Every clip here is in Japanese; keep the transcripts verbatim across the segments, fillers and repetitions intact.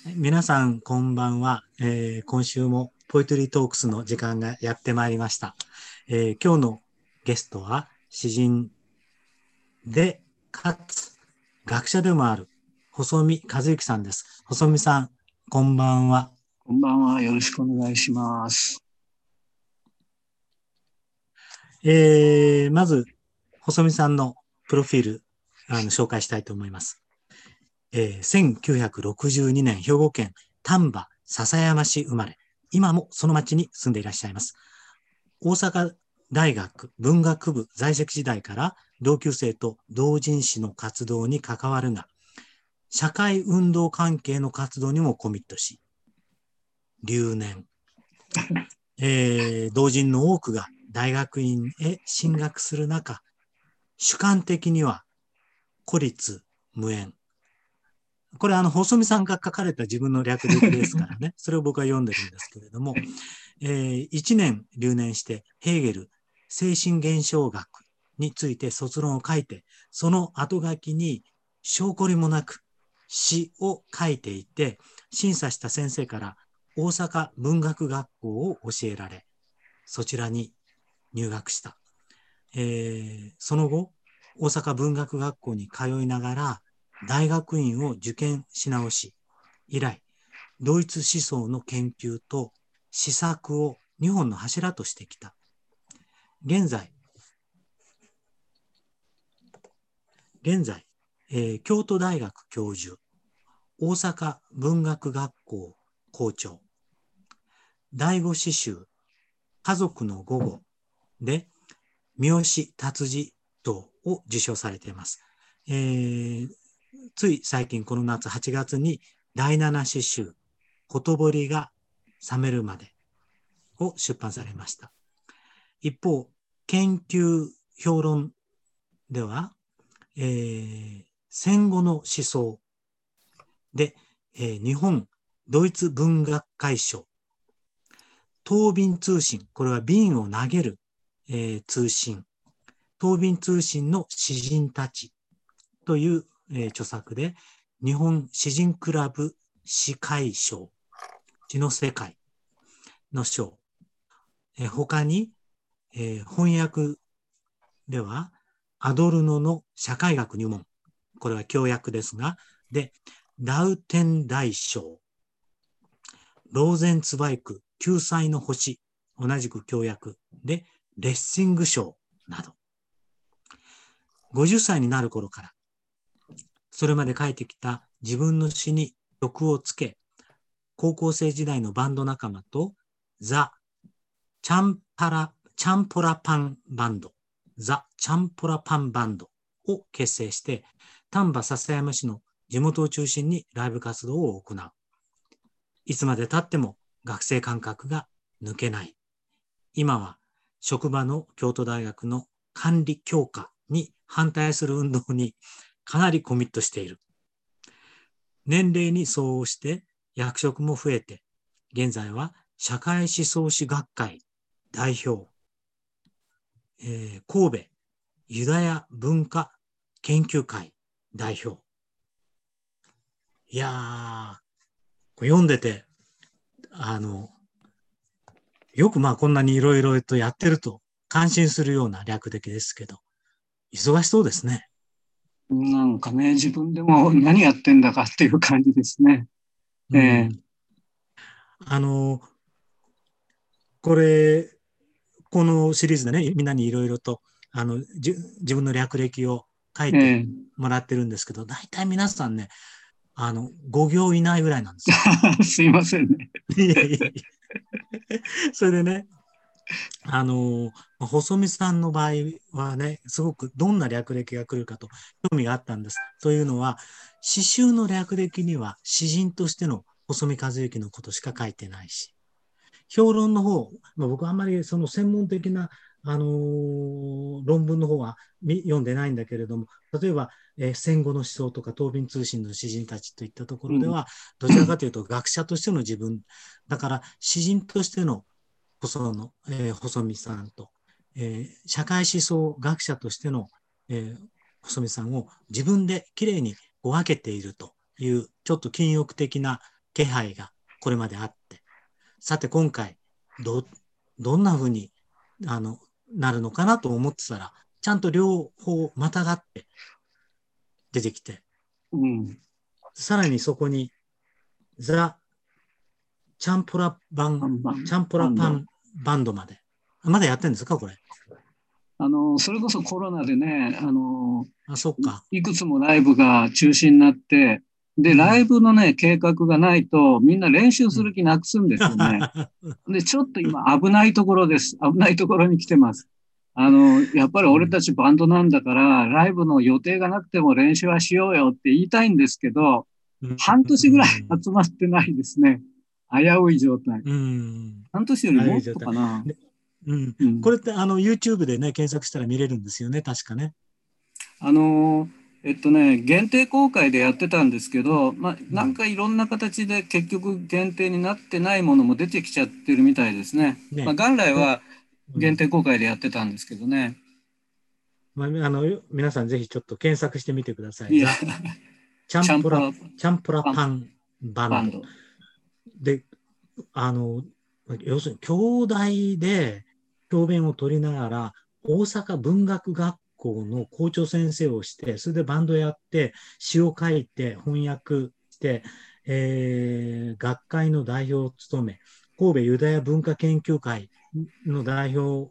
皆さん、こんばんは。えー今週もポエトリートークスの時間がやってまいりました。えー今日のゲストは詩人で、かつ学者でもある細見和之さんです。細見さん、こんばんは。 こんばんは。よろしくお願いします。 えーまず、細見さんのプロフィール、あの紹介したいと思います。えーせんきゅうひゃくろくじゅうにねん、兵庫県丹波篠山市生まれ、今もその町に住んでいらっしゃいます。大阪大学文学部在籍時代から同級生と同人誌の活動に関わるが、社会運動関係の活動にもコミットし、留年。えー同人の多くが大学院へ進学する中、主観的には孤立無縁。これあの、細見さんが書かれた自分の略歴ですからね。それを僕は読んでるんですけれども、えー、いちねん留年してヘーゲル精神現象学について卒論を書いて、その後書きに証拠りもなく詩を書いていて、審査した先生から大阪文学学校を教えられ、そちらに入学した。えーその後、大阪文学学校に通いながら大学院を受験し直し、以来、ドイツ思想の研究と施策を日本の柱としてきた。現在、現在、えー京都大学教授、大阪文学学校校長、第五詩集、家族の午後で、三好達治等を受賞されています。えーつい最近この夏はちがつに第七詩集、ほとぼりが冷めるまでを出版されました。一方、研究評論では、えー戦後の思想で、えー日本ドイツ文学会賞、東便通信、これは便を投げる、えー通信、東便通信の詩人たちという、えー著作で、日本詩人クラブ詩会賞、詩の世界の賞、えー他に、えー翻訳では、アドルノの社会学入門、これは教訳ですが、で、ラウテン大賞、ローゼンツバイク、救済の星、同じく教訳で、レッシング賞など、ごじゅっさいになる頃から、それまで書いてきた自分の詩に曲をつけ、高校生時代のバンド仲間と、ザ・チャンパラ、チャンポラパンバンド、ザ・チャンポラパンバンドを結成して、丹波篠山市の地元を中心にライブ活動を行う。いつまで経っても学生感覚が抜けない。今は職場の京都大学の管理強化に反対する運動にかなりコミットしている。年齢に相応して役職も増えて、現在は社会思想史学会代表、えー神戸ユダヤ文化研究会代表。いやー、読んでて、あの、よくまあこんなにいろいろとやってると感心するような略歴ですけど、忙しそうですね。 なんかね、自分でも何やってんだかっていう感じですね。ええ、 うん。あの、これ、このシリーズでね、みんなにいろいろと、あの、じ自分の略歴を書いてええ。 もらってるんですけど、大体皆さんね、あの、ご行以内ぐらいなんですよ。 すいませんね。 いやいやいや。それでね、あの、細見さんの場合はね、すごくどんな略歴が来るかと興味があったんです。というのは、詩集の略歴には詩人としての細見和之のことしか書いてないし、評論の方、まあ、僕はあんまりその専門的な、あのー論文の方は読んでないんだけれども、例えば、えー戦後の思想とか東便通信の詩人たちといったとこうん。 ろでは、どちらかというと学者としての自分、だから詩人としての細野、えー細見さんと、えー社会思想学者としての、えー細見さんを自分できれいに分けているという、ちょっと禁欲的な気配がこれまであって、さて今回ど、どんな風にあのなるのかなと思ってたら、ちゃんと両方またがって出てきて、 うん。 さらにそこにザ・チャンプラバン、 バンバンチャンプラパンバンドまで。まだやってるんですか、これ。 あの、それこそコロナでね、あの、 あ、そっか。 いくつもライブが中止になって、で、 うんライブのね、計画がないと、みんな練習するうん。 気なくすんですよね。で、ちょっと今危ないところです。危ないところに来てます。あの、やっぱり俺たちバンドなんだから、ライブの予定がなくても練習はしようよって言いたいんですけど、 うん。 半年ぐらい集まってないですね。危うい状態。 うん。 半年よりもっああいう状態。 とかな。 で、うん。 うん。 これってあの YouTube でね、検索したら見れるんですよね、確かね。 あの、えっとね、限定公開でやってたんですけど、まあ、なんうん。 かいろんな形で結局限定になってないものも出てきちゃってるみたいですね。まあ、 ね。で、 元来はうん。 限定公開でやってたんですけどね。 まあ、あの、皆さんぜひちょっと検索してみてください。 いや、 ザ・チャンプラ、 チャンプラチャンプラパンパンバンド。 バンド。 で、あの、要するに、兄弟で教鞭を取りながら、大阪文学学校の校長先生をして、それでバンドやって、詩を書いて、翻訳して、えー、学会の代表を務め、神戸ユダヤ文化研究会の代表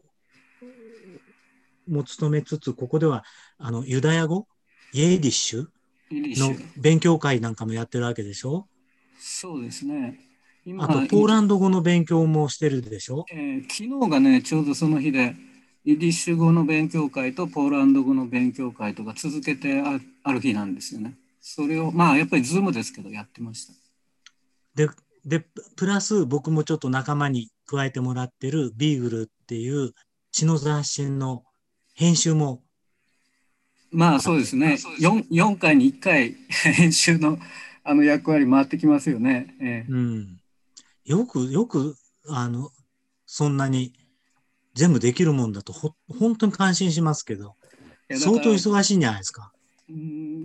も務めつつ、ここでは、あの、ユダヤ語、イエーディッシュイリッシのュ。 勉強会なんかもやってるわけでしょ。 そうですね。 あと、 今、いポーランド語の勉強もしてるでしょ。 えー昨日がね、ちょうどその日で、イディッシュ語の勉強会とポーランド語の勉強会とか続けてあある日なんですよね。それを、まあ、やっぱりズームですけど、やってました。 で、で、プラス僕もちょっと仲間に加えてもらってるビーグルっていう血の雑誌の編集もまあ、 あって、 そうですね。よん、よんかいにいっかい編集の、あの役割回ってきますよね。えうん。よく、よく、あの、そんなに全部できるもんだとほ、本当に感心しますけど、 え、いや、だ相当から、 忙しいんじゃないですか。 うん、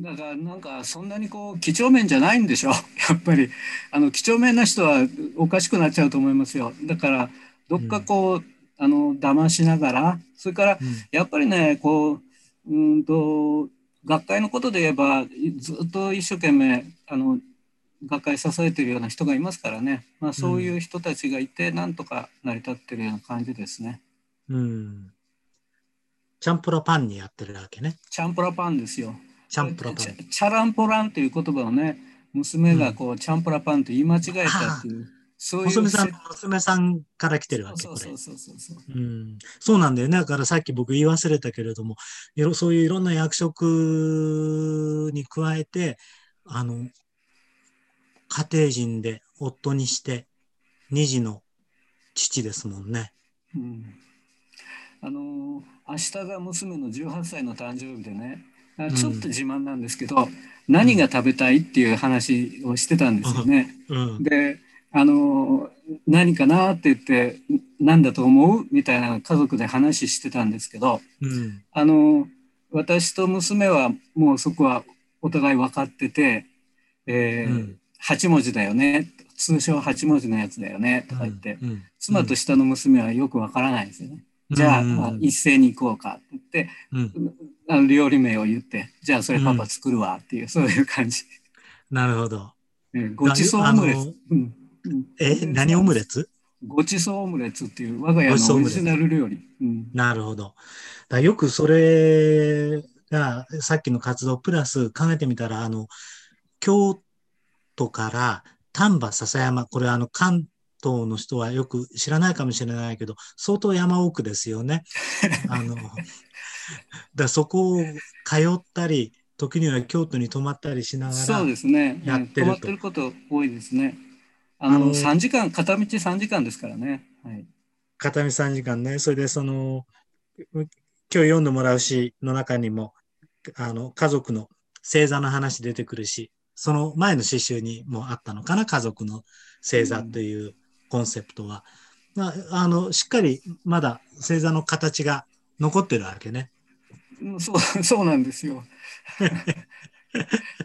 だからなんかそんなにこう几帳面じゃないんでしょ。やっぱりあの几帳面な人はおかしくなっちゃうと思いますよ。だからどっかうん。 こうあの騙しながら、それからうん。 やっぱりねこううんと学会のことで言えばずっと一生懸命あの学会支えているような人がいますからね、まあ、そういううん。 人たちがいてなんとか成り立ってるような感じですね。 うん。チャンプラパンにやってるわけね。 チャンプラパンですよ。 チャこれチャ、 ンプラパン。 チャランポランという言葉をね、娘がうん。 こうチャンプラパンと言い間違えたってああ、 いう、そういうせ、 娘さんの娘さんから来てるそうわけ、これ。 そうそうそうそうそう。 うん、そうなんだよね。だからさっき僕言い忘れたけれども、いろそういういろんな役職に加えて、あの、家庭人で夫にして二児の父ですもんね。 うん、あの明日が娘のじゅうはっさいの誕生日でね、 うん、 ちょっと自慢なんですけど、何がうん、 食べたいっていう話をしてたんですよあね。 うん、 で、あの何かなって言って、何だと思うみたいな家族で話してたんですけど、 うん、 あの、私と娘はもうそこはお互い分かってて、えー、 うん、 はち文字だよね。通称はち文字のやつだよね。とうん、 か言って、 うん、うん、 妻と下の娘はよく分からないですよね。 うじゃあ、 ん、 一斉に行こうかって言って、 うん、 あの料理名を言って、じゃあそれパパうん。 作るわっていう、そういう感じ。 なるほど。 えーごだちそうオムレツ。 あの、 うん。うん、オえ、 ムレツ何なんです。 オムレツ。 ごちそうオムレツっていう我が家ごちのオリジそうオムレツ。 ナル料理。うん。 なるほど。だよくそれが、さっきの活動プラス考えてみたら、あの、京都から丹波篠山、これあの関東の人はよく知らないかもしれないけど、相当山奥ですよね。あの、だそこを通ったり、時には京都に泊まったりしながそうらですね。えやっー、泊まっててると。 ること多いですね。あの、 あの、 さんじかん、片道さんじかんですからね。はい。 片道さんじかんね。それでその、今日読んでもらう詩の中にも、あの、家族の星座の話出てくるし、その前の詩集にもあったのかな、家族の星座とうん。 いうコンセプトは。まあ、あの、しっかりまだ星座の形が残ってるわけね。 うんそう、そうなんですよ。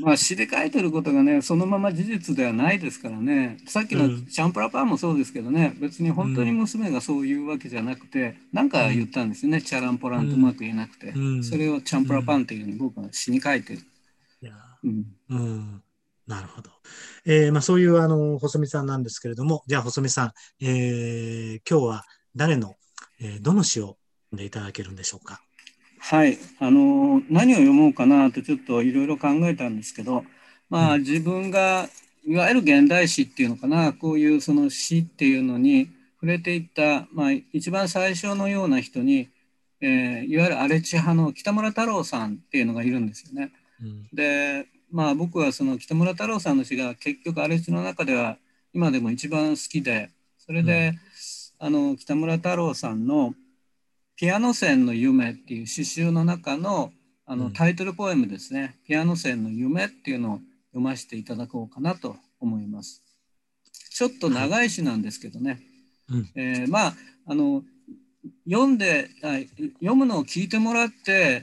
まあ詩で書いてることがね、そのまま事実ではないですからね。さっきのチうん、 ャンプラパンもそうですけどね、別に本当にうん、 娘がそういうわけじゃなくて、なんか言っうん、 たんですよね。チャランポラうん、 ンとうまく言えなくて。 うん、 それをチャンプラパンうん。 っていうふうに僕は詩に書いてる。 いや、 うん。 うん。なるほど。えーまあそういうあの、細見さんなんですけれども、じゃあ細見さん、えー今日は誰の、えーどの詩を読んでいただけるんでしょうか？ はい。あの、何を読もうかなとちょっといろいろ考えたんですけど、 うん、 まあ自分が、いわゆる現代詩っていうのかな、こういうその詩っていうのに触れていった、まあ一番最初のような人に、えーいわゆる荒地派の北村太郎さんっていうのがいるんですよね。 うん、 で、まあ僕はその北村太郎さんの詩が結局荒地の中では今でも一番好きで、それうん、 で、あの、北村太郎さんのピアノ線の夢っていう詩集の中の、あうん、 のタイトルポエムですね。ピアノ線の夢っていうのを読ませていただこうかなと思います。ちょっとはい。 長い詩なんですけどね。 うん、 えーまあ、あの、読んで、あ読むのを聞いてもらって、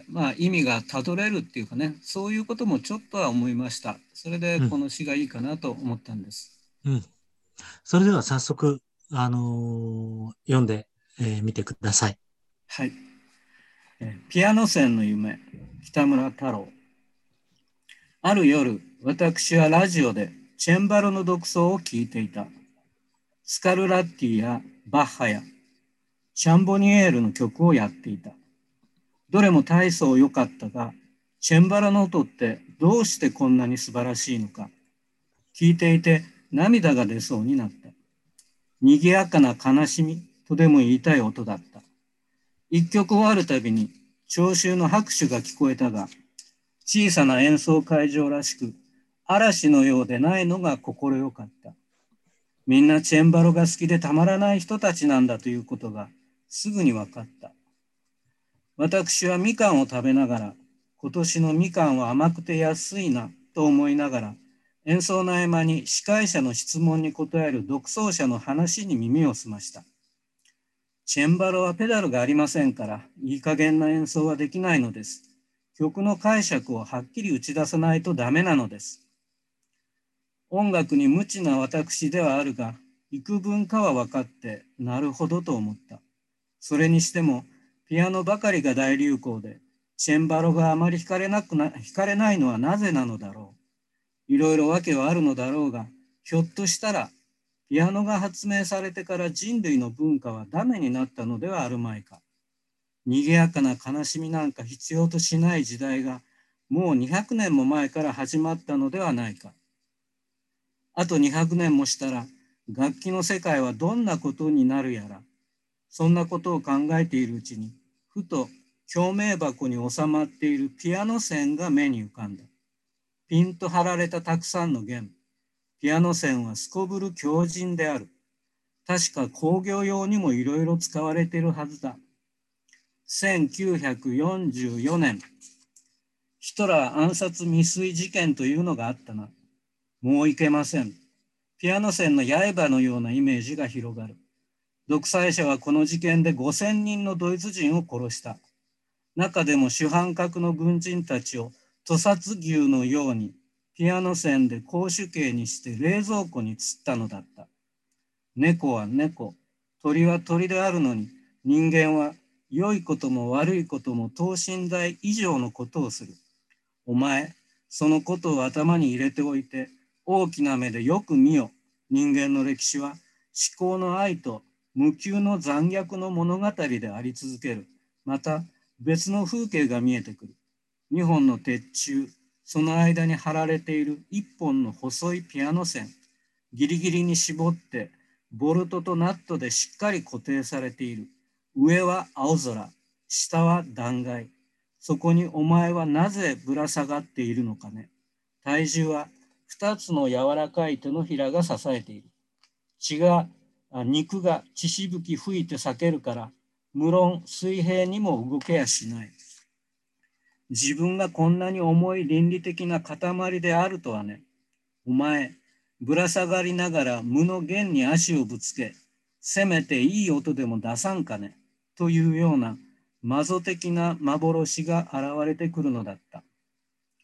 まあ、意味がたどれるっていうかね、そういうこともちょっとは思いました。それでうん、 この詩がいいかなと思ったんです。 うん。それでは早速、あのー読んでみ、えー見てください。 はい。えーピアノ線の夢、北村太郎。ある夜、私はラジオでチェンバロの独奏を聞いていた。スカルラッティやバッハやシャンボニエールの曲をやっていた。どれも大層良かったが、チェンバロの音ってどうしてこんなに素晴らしいのか。聞いていて涙が出そうになった。賑やかな悲しみとでも言いたい音だった。一曲終わるたびに聴衆の拍手が聞こえたが、小さな演奏会場らしく、嵐のようでないのが心よかった。みんなチェンバロが好きでたまらない人たちなんだということがすぐに分かった。私はみかんを食べながら、今年のみかんは甘くて安いなと思いながら、演奏の合間に司会者の質問に答える独奏者の話に耳を澄ました。チェンバロはペダルがありませんから、いい加減な演奏はできないのです。曲の解釈をはっきり打ち出さないとダメなのです。音楽に無知な私ではあるが、幾分かは分かって、なるほどと思った。それにしても、ピアノばかりが大流行で、チェンバロがあまり弾かれなくな、弾かれないのはなぜなのだろう。いろいろ訳はあるのだろうが、ひょっとしたら、ピアノが発明されてから人類の文化はダメになったのではあるまいか。賑やかな悲しみなんか必要としない時代が、もうにひゃくねんも前から始まったのではないか。あとにひゃくねんもしたら、楽器の世界はどんなことになるやら。そんなことを考えているうちに、ふと共鳴箱に収まっているピアノ線が目に浮かんだ。ピンと張られたたくさんの弦。ピアノ線はすこぶる強靭である。確か工業用にもいろいろ使われているはずだ。せんきゅうひゃくよんじゅうよねん、ヒトラー暗殺未遂事件というのがあったな。もういけません。ピアノ線の刃のようなイメージが広がる。独裁者はこの事件でごせんにんのドイツ人を殺した。中でも主犯格の軍人たちを屠殺牛のようにピアノ線で公主刑にして冷蔵庫に釣ったのだった。猫は猫、鳥は鳥であるのに、人間は良いことも悪いことも等身大以上のことをする。お前、そのことを頭に入れておいて、大きな目でよく見よ。人間の歴史は思考の愛と無給の残虐の物語であり続ける。また、別の風景が見えてくる。二本の鉄柱、その間に張られている一本の細いピアノ線。ギリギリに絞って、ボルトとナットでしっかり固定されている。上は青空、下は断崖。そこにお前はなぜぶら下がっているのかね。体重は二つの柔らかい手のひらが支えている。血が、肉が血しぶき吹いて裂けるから、無論水平にも動けやしない。自分がこんなに重い倫理的な塊であるとはね。お前、ぶら下がりながら無の弦に足をぶつけ、せめていい音でも出さんかね。というようなマゾ的な幻が現れてくるのだった。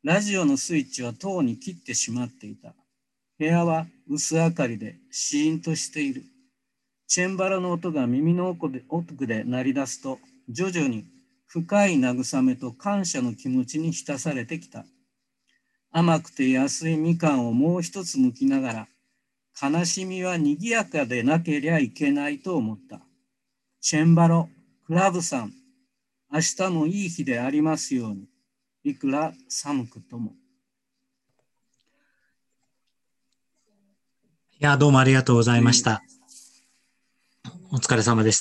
ラジオのスイッチはとうに切ってしまっていた。部屋は薄明かりでシーンとしている。チェンバロの音が耳の奥で奥で鳴り出すと、徐々に深い慰めと感謝の気持ちに浸されてきた。甘くて安いみかんをもう一つ剥きながら、悲しみは賑やかでなけりゃいけないと思った。チェンバロ、クラブさん、明日もいい日でありますように。いくら寒くとも。 いや、どうもありがとうございましえた。お疲れ様でした。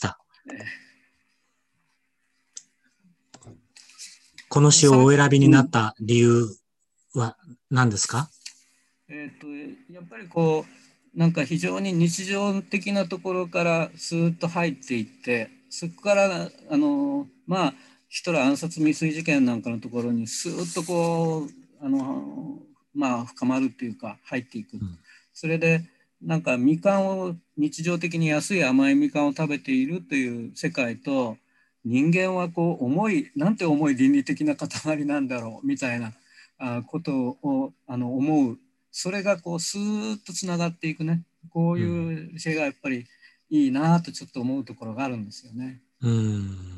この詩をお選びになった理由は何ですか？ えっと、やっぱりこう、なんか非常に日常的なところからスーッと入っていって、そこから、あの、まあ、ヒトラー暗殺未遂事件なんかのところにスーッとこう、あの、まあ、深まるっていうか、入っていく。 うん、 それで、なんかみかんを、日常的に安い甘いみかんを食べているという世界と、人間はこう、重い、なんて重い倫理的な塊なんだろう、みたいなあことをあの思う。それがこうスーッとつながっていくね、こううん、 いう詩がやっぱりいいなとちょっと思うところがあるんですよね。 うん。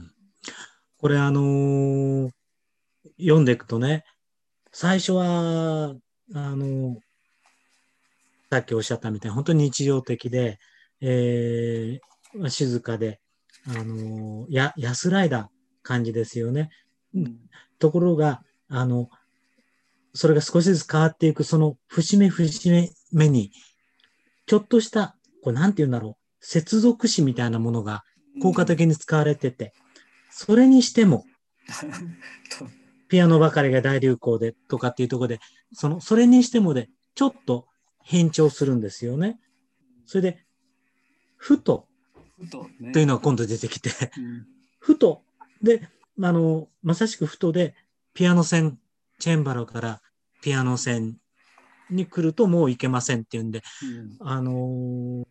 これあのー読んでいくとね、最初は、あのさっきおっしゃったみたいに本当に日常的で、えー、静かで、あのや、安らいだ感じですよね。 うん、 ところが、あの、それが少しずつ変わっていく、その節目節目に、ちょっとした、こう、なんて言うんだろう、接続詞みたいなものが効果うん、 的に使われてて、それにしても、 と、 ピアノばかりが大流行でとかっていうところで、その、それにしてもで、ちょっと変調するんですよね。それで、ふとふとね、 というのが今度出てきて、 うん、 ふと、で、あの、まさしくふとで、ピアノ線、チェンバロからピアノ線に来るともういけませんっていうんで、 うん、 あの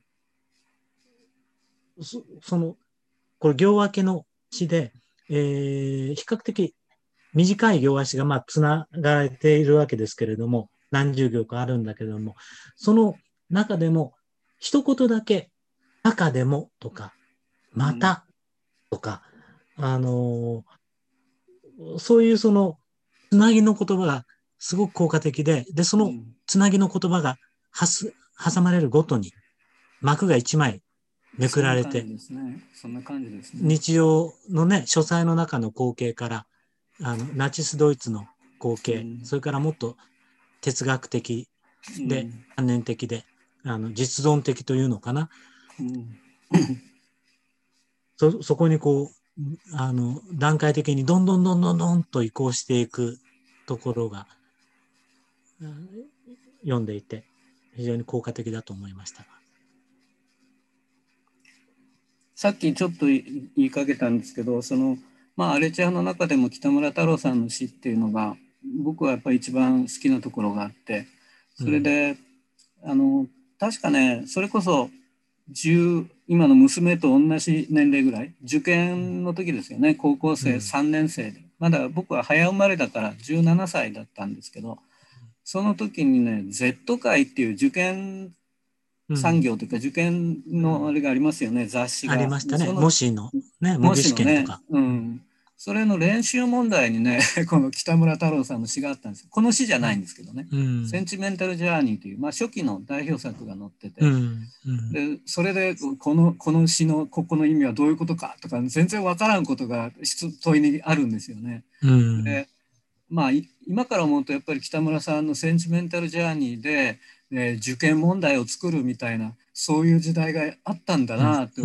そその、これ行分けの詩で、えー、比較的短い行足がまあつながれているわけですけれども、何十行かあるんだけれども、その中でも一言だけ、中でもとか、 うん、 またとか、あのーそういうその、つなぎの言葉がすごく効果的で、で、そのうん、 つなぎの言葉がはす挟まれるごとに幕が一枚めくそんな感じられて、 ですね。そんな感じですね。 日常のね、書斎の中の光景から、あの、ナチスドイツの光景、 うん、 それからもっと哲学的で、 うん、 観念的で、あの、実存的というのかな。 うん、 そ、そこにこう、あの、段階的にどんどんどんどんどんと移行していくところが、読んでいて、非常に効果的だと思いました。 さっきちょっと言いかけたんですけど、その、まあ、荒地派の中でも北村太郎さんの詩っていうのが、僕はやっぱり一番好きなところがあって、 うん。 それで、あの、確かね、それこそ、じゅう今の娘と同じ年齢ぐらい、受験の時ですよね、高校生うん。 さんねん生で。まだ僕は早生まれだからじゅうななさいだったんですけど、その時にね、Z 会っていう受験うん。 産業というか受験うん。 のあれがありますよね、雑誌ありが。で、 ましたね。 その、 模試のね、模も擬しのね、 試験とか。 ううん。 ん。それの練習問題にね、この北村太郎さんの詩があったんですよ。この詩じゃないんですけどね。 うん。 センチメンタル・ジャーニーという、まあ、初期の代表作が載ってて、 うん。うん。 で、それで、この、この詩の、ここの意味はどういうことかとか、全然わからんことが問いにあるんですよね。 うん。 で、まあ、今から思うと、やっぱり北村さんのセンチメンタル・ジャーニーで、えー受験問題を作るみたいな、そういう時代があったんだなってうん。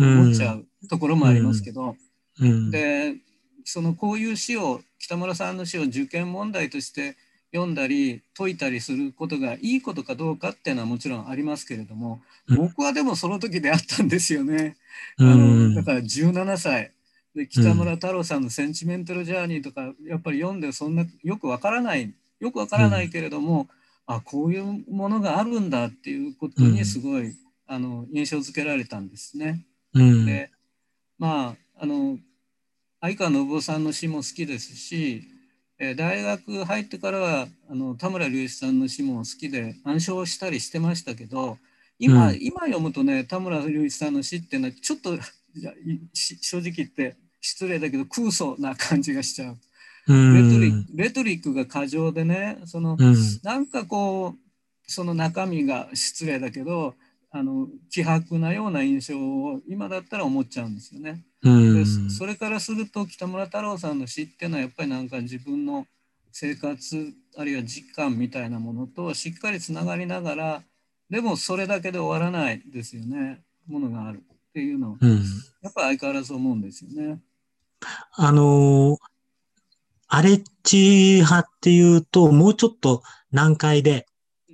思っちゃうところもありますうん。 けど、 うん。 で、そのこういう詩を、北村さんの詩を受験問題として読んだり解いたりすることがいいことかどうかっていうのはもちろんありますけれども、僕はでもその時であったんですよね。 うあの、だん。 からじゅうななさい。で、 うん。 北村太郎さんのセンチメンタルジャーニーとか、やっぱり読んでそんなよくわからない、よくわからないけれども、あ、こういうものがあるんだっていうことにすごい、あの、印象付けられたんですね。 うん。 で、まあ、あの、相川信夫さんの詩も好きですし、 えー大学入ってからはあの田村隆一さんの詩も好きで暗唱したりしてましたけど、今、 うん。 今読むとね、田村隆一さんの詩っていうのはちょっといやいし正直言って失礼だけど空想な感じがしちゃう。 うレトリ、 ん。 レトリックが過剰でね、そのうん。 なんかこう、その中身が失礼だけど、あの希薄なような印象を今だったら思っちゃうんですよね。 うで、 ん。 それからすると北村太郎さんの詩っていうのはやっぱりなんか自分の生活あるいは実感みたいなものとしっかりつながりながら、でもそれだけで終わらないですよね、ものがあるっていうのをうん。 やっぱり相変わらず思うんですよね。 あのーアレッジ派っていうと、もうちょっと難解で、 うん、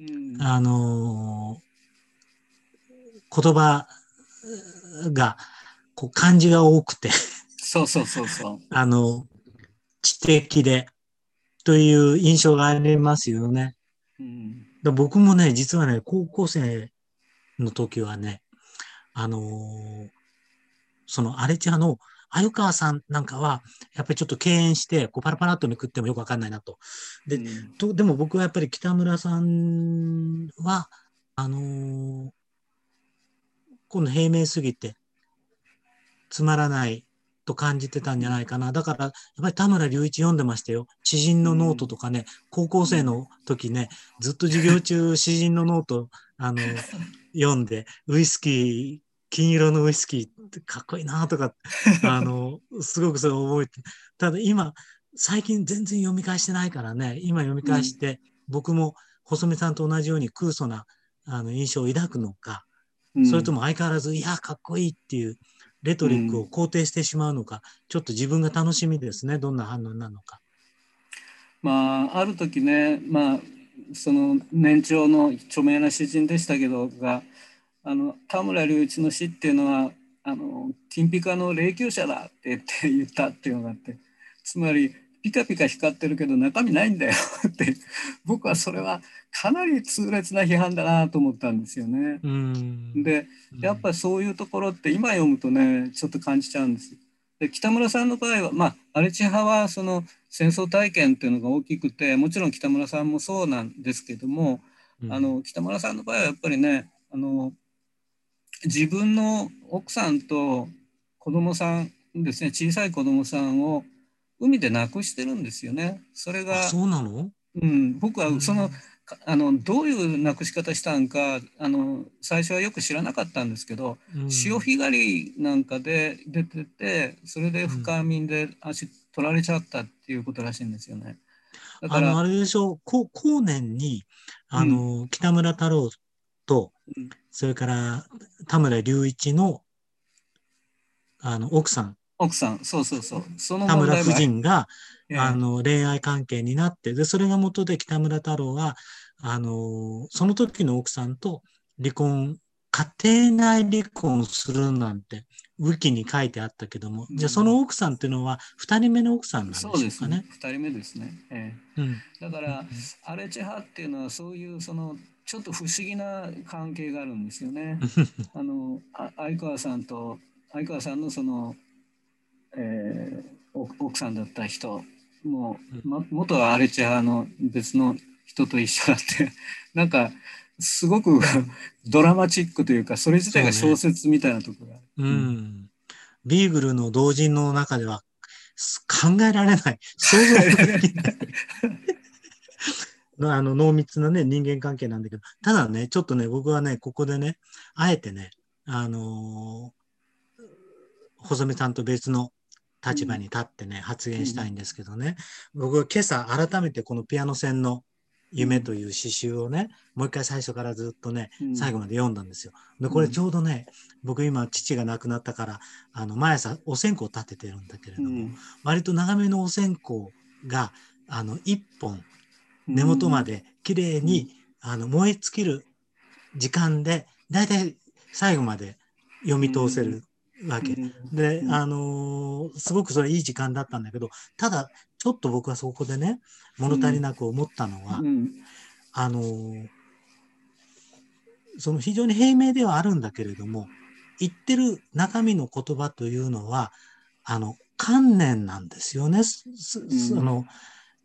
あのー言葉が、こう漢字が多くて、 そうそうそうそあの、知的で、という印象がありますよね。 う。うん、 だ僕もね、実はね、高校生の時はね、あのーその荒地派の鮎川さんなんかは、やっぱりちょっと敬遠して、こうパラパラっとめくってもよくわかんないなと。で、 うん、 と、でも僕はやっぱり北村さんは、あのー今度平面すぎてつまらないと感じてたんじゃないかな。だから、やっぱり田村隆一読んでましたよ。詩人のノートうん、 とかね、高校うん。 生の時ね、ずっと授業中詩人のノート、あの、読んで、ウイスキー、金色のウイスキーってかっこいいなとか、あの、すごくそれを覚えて。ただ今、最近全然読み返してないからね、今読みうん、 返して、僕も細見さんと同じように空想なあの印象を抱くのか、 うん、 それとも相変わらず、いや、かっこいいっていう、レトリックをうん。 肯定してしまうのか、ちょっと自分が楽しみですね。どんな反応なのか。 まあ、ある時ね、まあ、その年長の著名な詩人でしたけどが、あの田村隆一の詩っていうのはあの金ピカの霊柩車だって言って言ったっていうのがあって、つまりピカピカ光ってるけど中身ないんだよって僕はそれはかなり痛烈な批判だなと思ったんですよね。 うーん。 でうん。 やっぱりそういうところって今読むとねちょっと感じちゃうんです。で北村さんの場合はまあ荒地派はその戦争体験っていうのが大きくて、もちろん北村さんもそうなんですけども、 うん。 あの北村さんの場合はやっぱりね、あの自分の奥さんと子供さんですね、小さい子供さんを海で亡くしてるんですよね。それあ、 が、 そうなの？ うん、僕うーはその、 ん。 あのどういう亡くし方したんかあの最初はよく知らなかったんですけど、 うん。 潮干狩りなんかで出てて、それでうん。 深みで足取られちゃったっていうことらしいんですよね。だかあの、 ら、 あれでしょう、こ後年に、あうん、 の、北村太郎と、 うん、 それから田村隆一の、あの、奥さん、 奥さん、そうそうそう、その田村夫問題もあり、 人が、あええ、 の、恋愛関係になって、で、それが元で北村太郎は、あの、その時の奥さんと離婚、家庭内離婚するなんて、ウィキに書いてあったけども、じゃあそうん、 の奥さんっていうのは、二人目の奥さんなんでそうですね、 しょうかね。 ふたりめですね。えうん。 え、だかうら、 ん。 アレチ派っていうのはそういうそのちょっと不思議な関係があるんですよね。あの、あ相川さんと、相川さんのその、えー奥さんだった人も、ま、元はアレチ派の別の人と一緒だって、なんか、すごくドラマチックというか、それ自体が小そうね。 説みたいなところがある。 ううん、 ん。ビーグルの同人の中では考えられない、想像考えもられない。 できないの、あの濃密なね、人間関係なんだけど、ただね、ちょっとね、僕はね、ここでね、あえてね、あのー細見さんと別の立場にうん、 立ってね、発うん、 言したいんですけどね、僕は今朝改めてこのピアノ線のうん、 夢という詩集をね、もう一回最初からずっとね、 うん、 最後まで読んだんですよ。で、これちうん、 ょうどね、僕今父が亡くなったから、あの、毎朝お線香を立ててるんだけれども、 うん、 割と長めのお線香が、あの、一本う根元まん、 で綺麗うん、 に、あの、燃え尽きる時間で、だいたい最後まで読み通せるわけ。で、あのーすごくそれいい時間だったんだけど、ただ、ちょっと僕はそこでね、物足りなく思ったのは、あのーその非常に平明ではあるんだけれども、言ってる中身の言葉というのは、あの、観念なんですよね。すすあの、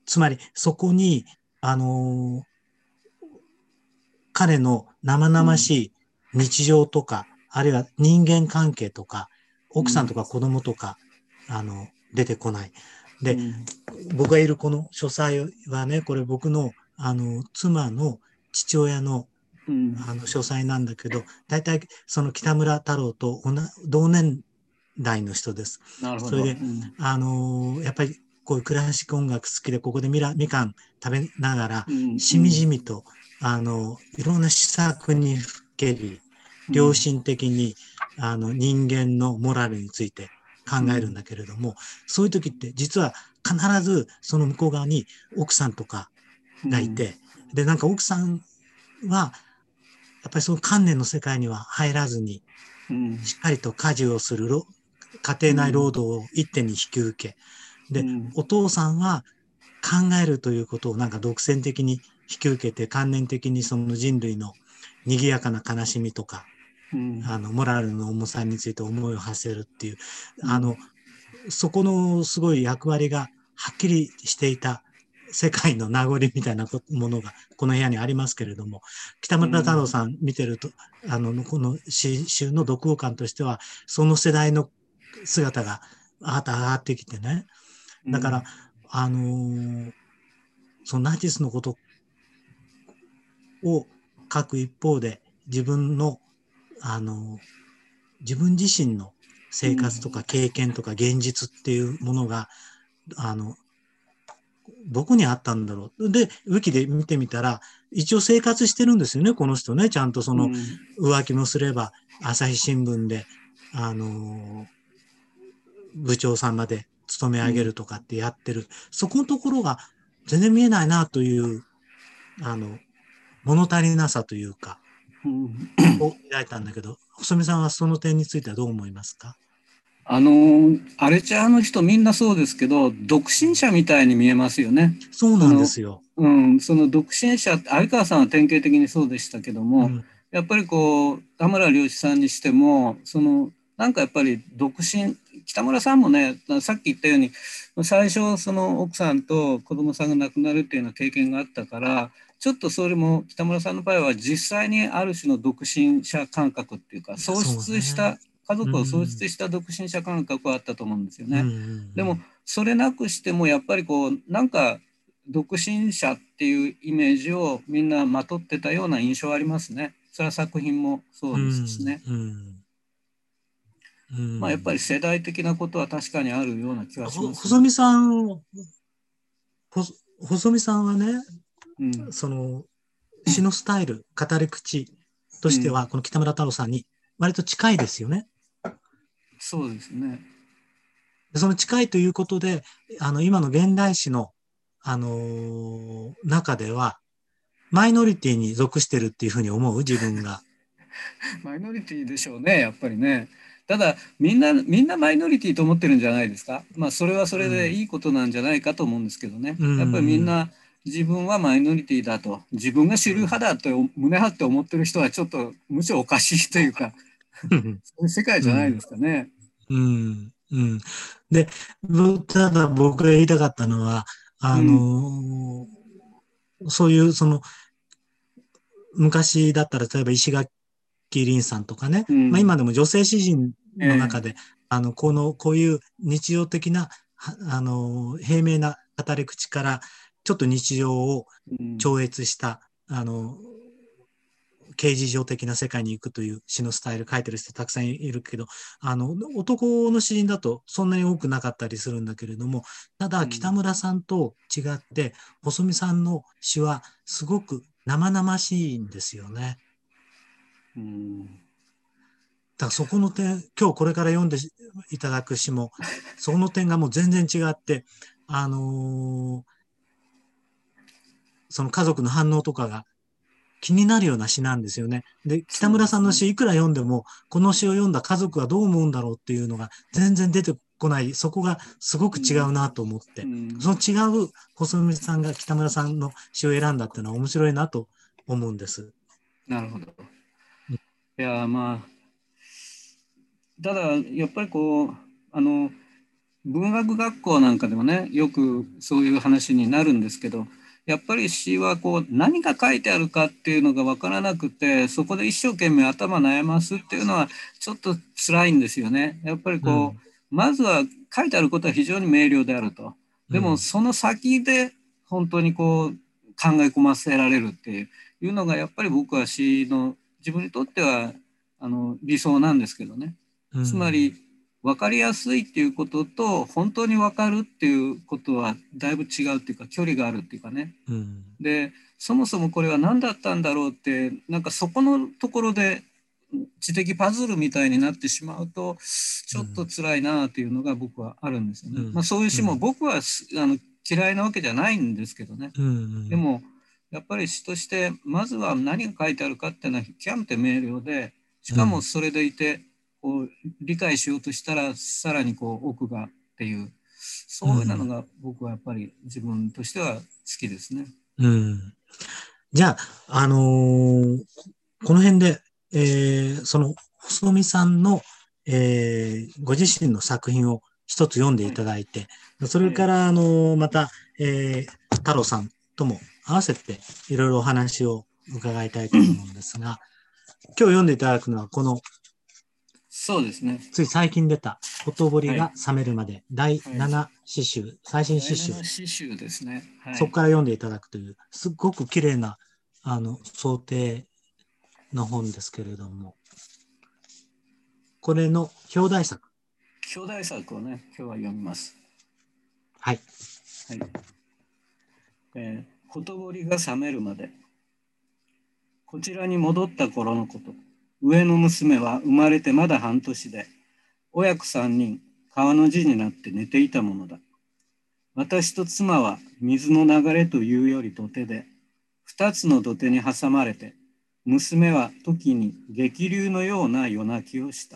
つまりそこに、あのー彼の生々しい日常とか、あるいは人間関係とか、奥さんとか子供とか、あの、出てこない。で、 うん、 僕がいるこの書斎はね、これ僕の、あの、妻の父親の、 うん、 あの、書斎なんだけど、大体その北村太郎と同同年代の人です。 なるほど。 それで、 うん、 あの、やっぱりこういうクラシック音楽好きで、ここでみらみかん食べながら、 うん、うしみじん、 みと、あの、いろんな施策にふけり、 うん、 良心的に、あの、人間のモラルについて考えるんだけれども、そういう時って実は必ずその向こう側に奥さんとかうん、 がいて、で、なんか奥さんは、やっぱりその観念の世界には入らずに、 うん、 しっかりと家事をする家庭内労働を一手に引き受け、で、 うん、 お父さんは考えるということをなんか独占的に引き受けて、観念的にその人類の賑やかな悲しみとか、 うん、 あの、モラルの重さについて思いを馳せるっていう、 うん、 あの、そこのすごい役割がはっきりしていた世界の名残みたいなものがこの部屋にありますけれども、北村太郎さん見てると、あの、この詩集の読後感としては、その世代の姿があーっと上がってきてね。だから、あのーそのナチスのことを書く一方で、自分の、あのー自分自身の生活とか経験とか現実っていうものが、あの、どこにあったんだろう。で、ウィキで見てみたら、一応生活してるんですよね、この人ね。ちゃんとその、 うん、 浮気もすれば、朝日新聞で、あの部長さんまで勤め上げるとかってやってる。そこのところが全然見えないなという、あの、物足りなさというか、 うん。 を抱いたんだけど、細見さんはその点についてはどう思いますか？ あの、アレチャーの人みんなそうですけど、独身者みたいに見えますよね。 そうなんでその、 すよ。 うん、その独身者、相川さんは典型的にそうでしたけども、 うん、 やっぱりこう、田村良一さんにしても、その、なんかやっぱり独身、北村さんもね、さっき言ったように、最初、その奥さんと子供さんが亡くなるっていうような経験があったから、ちょっとそれも北村さんの場合は実際にある種の独身者感覚っていうか、喪そうね。 失した家う族を喪ん、 失した独身者感覚はあったと思うんですようん、うね。でもん、 それなくしてもやっぱりこうなんか独身者っていうイメージをみんなまとってたような印象はありますね。それは作品もそううですしん、 ね。 うん、うまあやっぱりん。 世代的なことは確かにあるような気がしほ、 ますね。 細見さん、ほ、細見さんはね、 うん、 その、詩のスタイル、語り口とうん、 しては、この北村太郎さんに割と近いですよね。 そうですね。 その近いということで、あの、今の現代詩の、あのー中では、マイノリティに属してるっていうふうに思う自分が。 マイノリティでしょうね、やっぱりね。ただ、みんな、みんなマイノリティと思ってるんじゃないですか。まあ、それはそれでうん。 いいことなんじゃないかと思うんですけどね。 うやっぱりみんん。 な、自分はマイノリティだと、自分が主流派だと胸張って思ってる人はちょっと、むしろおかしいというか、 うん。 そういう世界じゃないでうん。 すかね。 うん。うん。で、ぶただ僕が言いたかったのは、あうん、 のーそういう、その、昔だったら、例えば石垣凛さんとかね、まあうん、 今でも女性詩人ええ、 の中で、あの、この、こういう日常的な、はあの、平明な語り口から、ちょっと日常をうん、 超越した、あの、刑事上的な世界に行くという詩のスタイル書いてる人たくさんいるけど、あの、男の詩人だとそんなに多くなかったりするんだけれども、ただ北うん、 村さんと違って、細見さんの詩はすごく生々しいんですよね。 うん、 だからそこの点、今日これから読んでいただく詩も、その点がもう全然違って、あのーその家族の反応とかが気になるような詩なんですよね。で、北村そうですね。 さんの詩いくら読んでも、この詩を読んだ家族はどう思うんだろうっていうのが全然出てこない、そこがすごく違ううん、 なと思っうて、そのん、 違う細見さんが北村さんの詩を選んだっていうのは面白いなと思うんです。 なるほど。いや、まあ、ただ、やっぱりこう、あの、 文学学校なんかでもね、よくそういう話になるんですけど、やっぱり詩はこう何が書いてあるかっていうのが分からなくて、そこで一生懸命頭悩ますっていうのはちょっと辛いんですよね。やっぱりこう、 うん、 まずは書いてあることは非常に明瞭であると。でもうん、 その先で本当にこう考え込ませられるっていういうのがやっぱり僕は詩の自分にとってはあの理想なんですけどね。 うん、 つまり分かりやすいっていうことと本当に分かるっていうことはだいぶ違うっていうか距離があるっていうかね。 うん、 でそもそもこれは何だったんだろうってなんかそこのところで知的パズルみたいになってしまうとちょっと辛いなっていうのが僕はあるんですよね。まあ、 うん、 そういう詩もうん、 僕はあの嫌いなわけじゃないんですけどね。 うん、 でもやっぱり詩としてまずは何が書いてあるかっていうのは極めて明瞭で、しかもそれでいてこう理解しようとしたらさらにこう奥がっていう、そういうのが僕はやっぱり自分としては好きですね。 うん。じゃあ、あのーこの辺で、えーその、細見さんの、えーご自身の作品を一つ読んでいはい。 ただいて、それええ、 から、あのーまた、えー太郎さんとも合わせて、いろいろお話を伺いたいと思うんですが、今日読んでいただくのは、この、 そうですね。 つい最近出た、ほとぼりはい。 が冷めるまで、だいはい。 なな詩集、最新詩集、 第七詩集ですね。はい。 そこから読んでいただくという、すっごく綺麗な、あの、想定の本ですけれども、これの表題作。 兄弟作をね、今日は読みます。 はい。 はい。えー、ほとぼりが冷めるまで。こちらに戻った頃のこと。上の娘は生まれてまだ半年で、親子三人、川の字になって寝ていたものだ。私と妻は水の流れというより土手で、二つの土手に挟まれて、娘は時に激流のような夜泣きをした。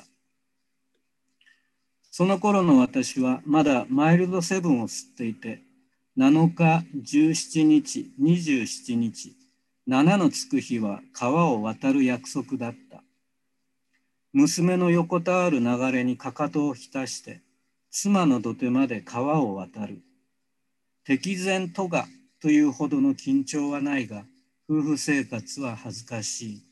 その頃の私はまだマイルドセブンを吸っていて、なのか、じゅうしちにち、にじゅうしちにち、ななのつく日は川を渡る約束だった。娘の横たわる流れにかかとを浸して、妻の土手まで川を渡る。敵前とがというほどの緊張はないが、夫婦生活は恥ずかしい。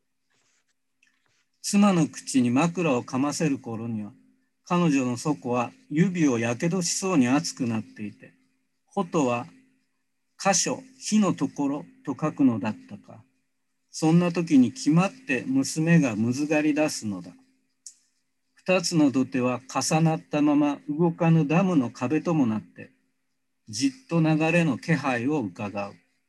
妻の口に枕をかませる頃には、彼女の底は指をやけどしそうに熱くなっていて、ほとは箇所、火のところと書くのだったか。そんな時に決まって娘がむずがり出すのだ。二つの土手は重なったまま動かぬダムの壁ともなって、じっと流れの気配をうかがう。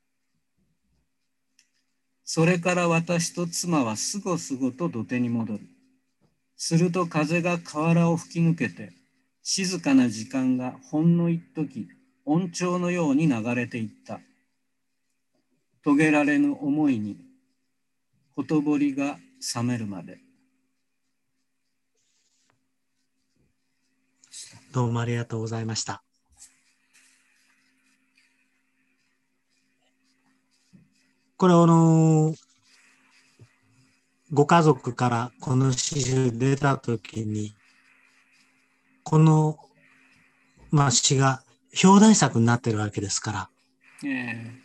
それから私と妻はすごすごと土手に戻る。すると風が河原を吹き抜けて、静かな時間がほんの一時、音調のように流れていった。遂げられぬ思いに、ほとぼりが冷めるまで。 どうもありがとうございました。これあのーご家族からこの詩集出たときに、この、まあ、詩が表題作になってるわけですから、 え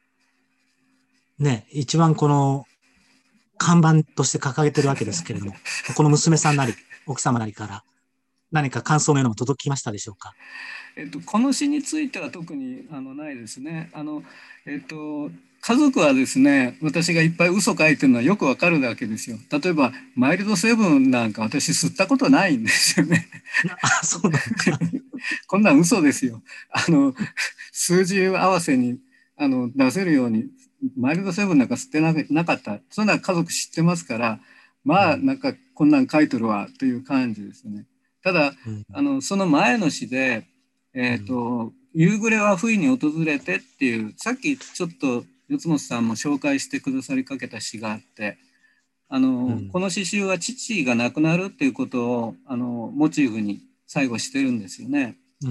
ね、一番この看板として掲げてるわけですけれども、この娘さんなり、奥様なりから何か感想のようなもの届きましたでしょうか？ ーえっと、この詩については特にあのないですね。あの、えっと、家族はですね、私がいっぱい嘘書いてるのはよくわかるわけですよ。例えば、マイルドセブンなんか私吸ったことないんですよね。 あ、そうなのか。 こんなん嘘ですよ。あの、数字合わせにあの出せるように、マイルドセブンなんか吸ってななかった。そんな家族知ってますから、まあ、 うん、 なんかこんなん書いてるわという感じですね。ただ、 うん、 あの、その前の詩で、えっうん、 と、夕暮れは不意に訪れてっていう、さっきちょっと四本さんも紹介してくださりかけた詩があって、あの、こうん、 の詩集は父が亡くなるっていうことを、あの、モチーフに最後してるんですよね。 うん、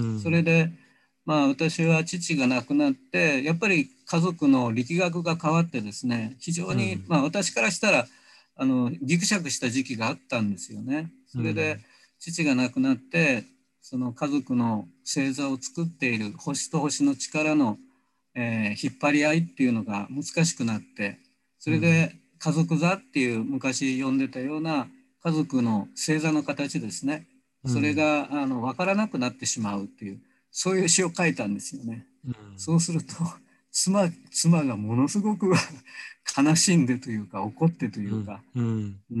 それで、まあ私は父が亡くなって、やっぱり家族の力学が変わってですね、非常に、 うん、 まあ私からしたら、あの、ぎくしゃくした時期があったんですよね。それで、 うん、 父が亡くなって、 その家族の星座を作っている星と星の力の、えー引っ張り合いっていうのが難しくなって、それで家族座っていう昔呼んでたような家族の星座の形ですね。それがあの分からなくなってしまうっていう、そういう詩を書いたんですよね。 うんそうすると妻妻がものすごく悲しんでというか怒ってというか、 うんうんうん、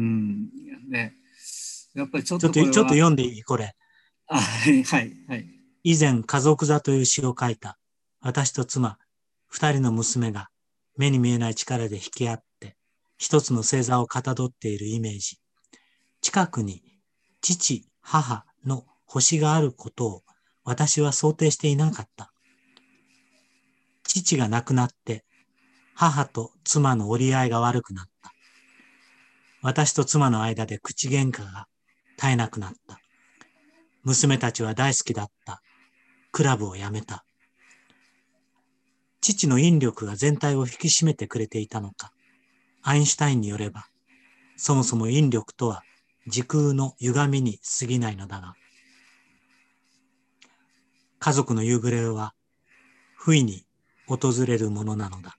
でやっぱりちょっちょっと、ちょっととこれは、 読んでいいこれ。 あ、はいはいはい。 以前、家族座という詩を書いた。私と妻、二人の娘が目に見えない力で引き合って、一つの星座をかたどっているイメージ。近くに父、母の星があることを私は想定していなかった。父が亡くなって、母と妻の折り合いが悪くなった。私と妻の間で口喧嘩が絶えなくなった。娘たちは大好きだった。クラブを辞めた。父の引力が全体を引き締めてくれていたのか。アインシュタインによれば、そもそも引力とは時空の歪みに過ぎないのだが、家族の夕暮れは不意に訪れるものなのだ。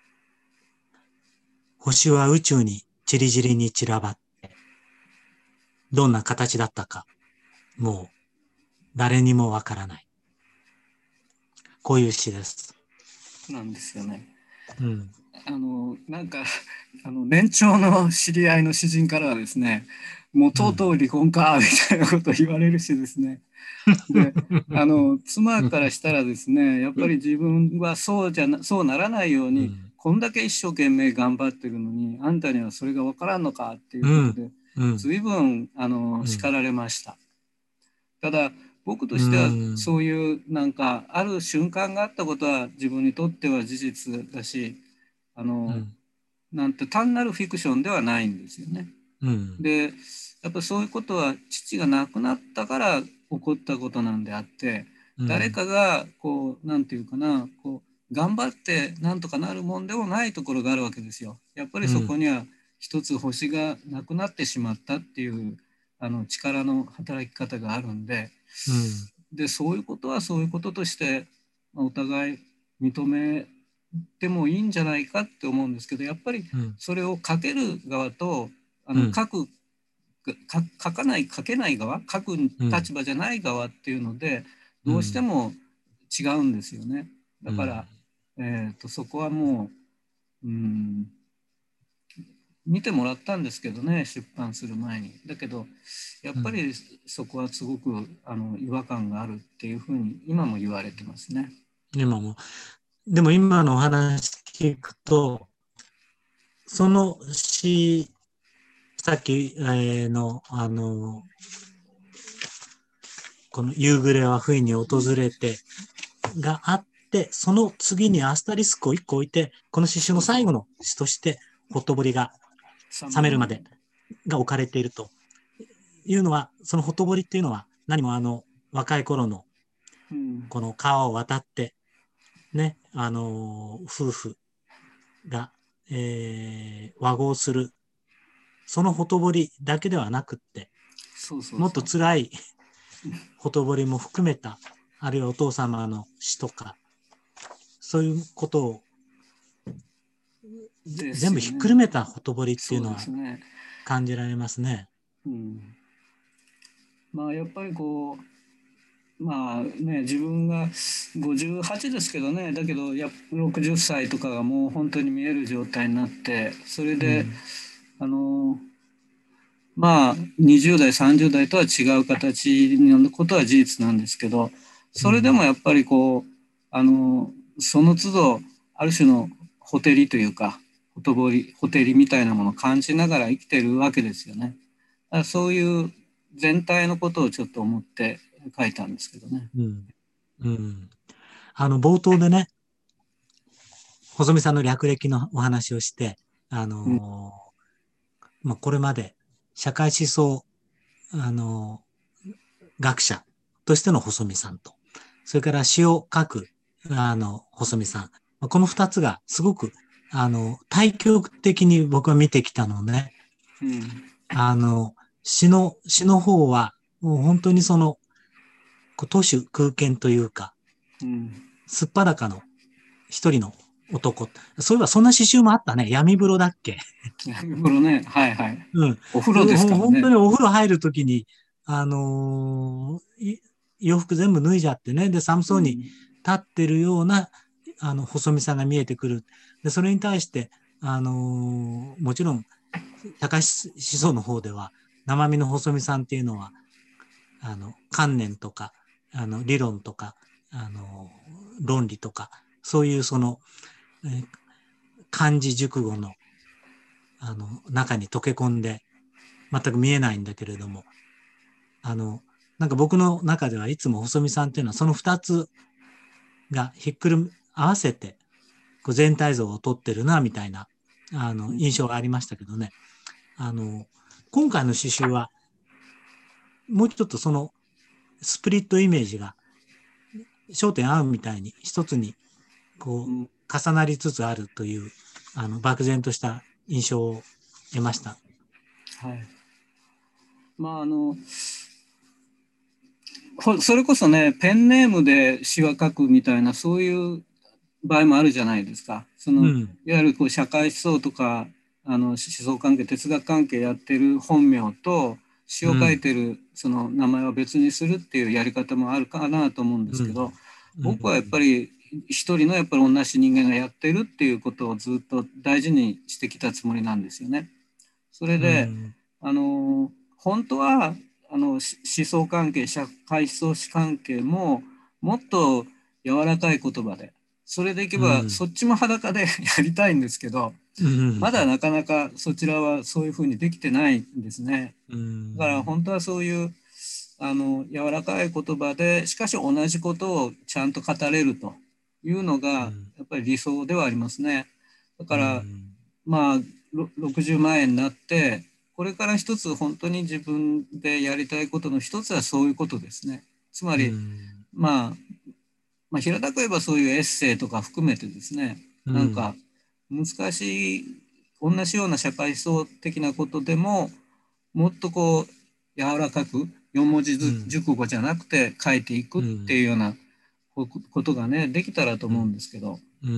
星は宇宙にちりぢりに散らばって、どんな形だったか、もう誰にもわからない。こういう詩です。 なんですよね。 うん。 あのなんかあの年長の知り合いの詩人からはですね、もうとうとう離婚かみたいなことを言われるしですね。で、あの妻からしたらですね、やっぱり自分はそうじゃなそうならないように、 うん。 こんだけ一生懸命頑張ってるのに、あんたにはそれが分からんのかっていううん。 ことで、 うん。 随分あのうん。 叱られました。ただ僕とうしてはん。 そういうなんかある瞬間があったことは自分にとっては事実だし、あのうん。 なんて単なるフィクションではないんですよね。 うん。 で、やっぱそういうことは父が亡くなったから起こったことなんであって、誰うん。 かがこうなんていうかな、こう頑張ってなんとかなるもんでもないところがあるわけですよ。やっぱりうん。 そこには一つ星がなくなってしまったっていうあの力の働き方があるんで、 うん。 でそういうことはそういうこととしてまあお互い認めてもいいんじゃないかって思うんですけど、やっぱりうん。 それを書ける側とあうん。 の書くか書かない書けない側、書くうん。 立場じゃない側っていうのでどうしてうん。 も違うんですよね。だから、 うん。 えー、とそこはもう、うん、見てもらったんですけどね、出版する前に。だけどやっぱりそこはすごくあの違和感があるっていうふうに今も言われてますね。 今も。でも今のお話聞くと、その詩、さっき、えーの、あの、この夕暮れは不意に訪れてがあって、その次にアスタリスクを一個置いて、この詩集の最後の詩として、ほとぼりが冷めるまでが置かれているというのは、そのほとぼりっていうのは、何もあの、若い頃の、 うん、 この川を渡って、ね、あの、夫婦が、えー和合する、そのほとぼりだけではなくって、もっそうそうそう。 と辛いほとぼりも含めた、あるいはお父様の死とか、そういうことをです全部ひっくるよね。 めたほとぼりっていうそうのはですね。 感じられますね。 うん、まあやっぱりこうまあね、自分がごじゅうはちですけどね、だけどやろくじゅっさいとかがもう本当に見える状態になって、それでうん。 あのまあにじゅう代さんじゅう代とは違う形のことは事実なんですけど、それでもうん。 やっぱりこうあのその都度ある種のほてりというかほとぼりほてりみたいなものを感じながら生きてるわけですよね。だからそういう全体のことをちょっと思って書いたんですけどね。 うん。うん。あの、冒頭でね、細見さんの略歴のお話をして、あうん、 のーまあ、これまで社会思想、あのー学者としての細見さんと、それから詩を書く、あの、細見さん。まあこの二つがすごく、あの、対極的に僕は見てきたのね。 うん、 あの、詩の、詩の方は、もう本当にその、 こう徒手空拳というか、 うん。 すっぱだかの一人の男。そういえばそんな詩集もあったね。闇風呂だっけ？ 闇風呂ね。はいはい。 うん。 お風呂ですほからね。 本当にお風呂入るときに、あのーい洋服全部脱いじゃってね。で、寒そうに立うん。 ってるような、あの、細見さんが見えてくる。で、それに対して、あのーもちろん、高橋思想の方では、生身の細見さんっていうのは、あの、観念とか、あの、理論とか、あの、論理とか、そういうその、えー漢字熟語の、あの、中に溶け込んで、全く見えないんだけれども、あの、なんか僕の中ではいつも細見さんっていうのはその二つがひっくる合わせてこう全体像をとってるな、みたいな、あの、印象がありましたけどね。あの、今回の詩集はもうちょっとそのスプリットイメージが焦点合うみたいに一つにこううん。 重なりつつあるという、あの、漠然とした印象を得ました。 はい。まあ、あの、ほそれこそね、ペンネームで詩は書くみたいな、そういう場合もあるじゃないですか。その、 うん。 いわゆるこう社会思想とか、あの思想関係、哲学関係やってる本名と、詩を書いうん。 てるその名前を別にするっていうやり方もあるかなと思うんでうん。 すけど、 うん。 僕はやっぱり一人のやっぱり同じ人間がやってるっていうことをずっと大事にしてきたつもりなんですよね。それうで、 ん。 あの、本当は、あの、し思想関係、社会思想史関係も、もっと柔らかい言葉で、それでいけば、 うん。 そっちも裸でやりたいんですけど、 うん。 まだなかなかそちらはそういうふうにできてないんですね。 うだからん。 本当はそういう、あの、柔らかい言葉で、しかし同じことをちゃんと語れるというのが、やっぱり理想ではありますね。だうから、 ん。 まあ、ろくじゅうまん円になって、これから一つ本当に自分でやりたいことの一つはそういうことですね。つまうり、 ん。 まあ、まあ、平たく言えばそういうエッセイとか含めてですね、 うん。 なんか難しい、同じような社会思想的なことでも、もっとこう、柔らかく、よん文字うん。 熟語じゃなくて書いていくっていうようなことがね、できたらと思うんうん。 ですけど、 うん。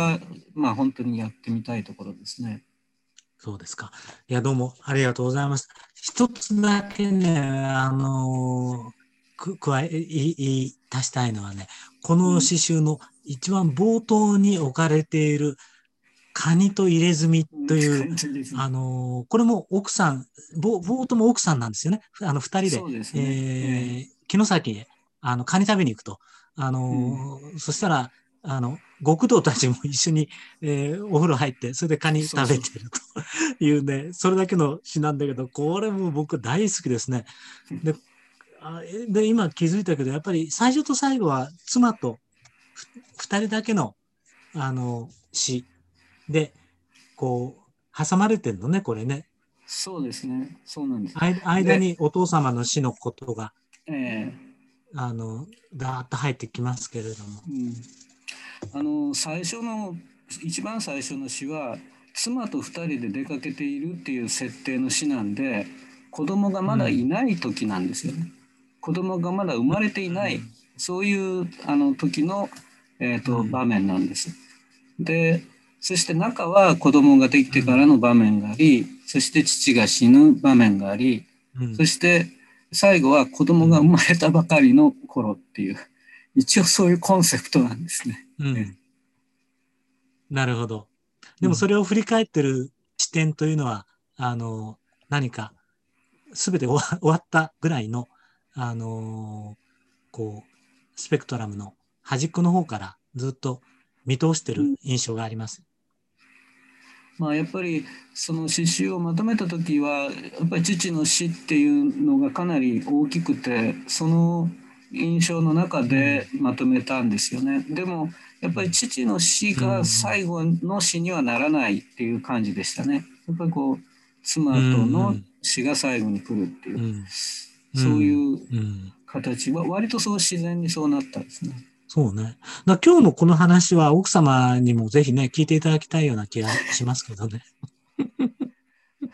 それは、まあ本当にやってみたいところですね。 そうですか。いや、どうもありがとうございます。一つだけね、あのく、加え、い言い足したいのはね、このうん。 詩集の一番冒頭に置かれているカニと入れ墨うん、 という、 感じですね。 あのこれも奥さん、ぼ冒頭も奥さんなんですよね。あの、二人で、 そうですね。ええ。 えー、城崎へ、あの、カニ食べに行くと。あうん。 のそしたら、あの、極道たちも一緒に、えーお風呂入って、それでカニそうそう。 食べてるというね、それだけの詩なんだけど、これも僕大好きですね。で、あで、今気づいたけど、やっぱり最初と最後は妻と二人だけの、あの、詩で、こう、挟まれてるのね、これね。 そうですね。そうなんです。 間間で、 にお父様の死のことが、 ええ。 あの、だーっと入ってきますけれども。 うん。あの、最初の、一番最初の詩は、妻と二人で出かけているっていう設定の詩なんで、子供がまだいうん。 ない時なんですよね。子供がまだ生まれていない、 うん。 そういうあの時の、えーと、場うん。 面なんです。で、そして中は子供ができてからうん。 の場面があり、そして父が死ぬ場面があり、 うん。 そして最後は子供が生うん。 まれたばかりの頃っていう、一応そういうコンセプトなんですね。えうん。なるほど。 うん、 でもそれを振り返ってる視点というのは、あの、何かすべて終わ終わったぐらいの、あのこう、スペクトラムの端っこの方からずっと見通してるうん。 印象があります。 まあやっぱりその詩集をまとめた時はやっぱり父の死っていうのがかなり大きくてその印象の中うん。 でまとめたんですよね。でもやっぱりうん。 父の死うん。 が最後の死にはならないっていう感じでしたね。やっぱりこううん。 妻とのうん。 死が最後に来るっていううん。うそうん。 いううん。 形は割とそう自然にそうなったんですね。 そうね。だ今日のこの話は奥様にもぜひね、聞いていただきたいような気がしますけどね。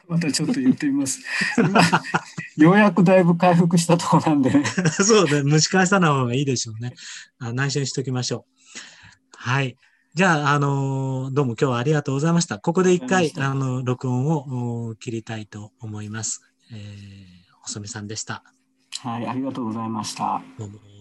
またちょっと言ってみます。今、ようやくだいぶ回復したところなんでね。 そうね、蒸し返さない方がいいでしょうね。あ、内緒にしときましょう。はい。じゃあ、あのーどうも今日はありがとうございました。ここで一回、あの、録音をお切りたいと思います。えー、細見さんでした。 はい、ありがとうございました。 どうも。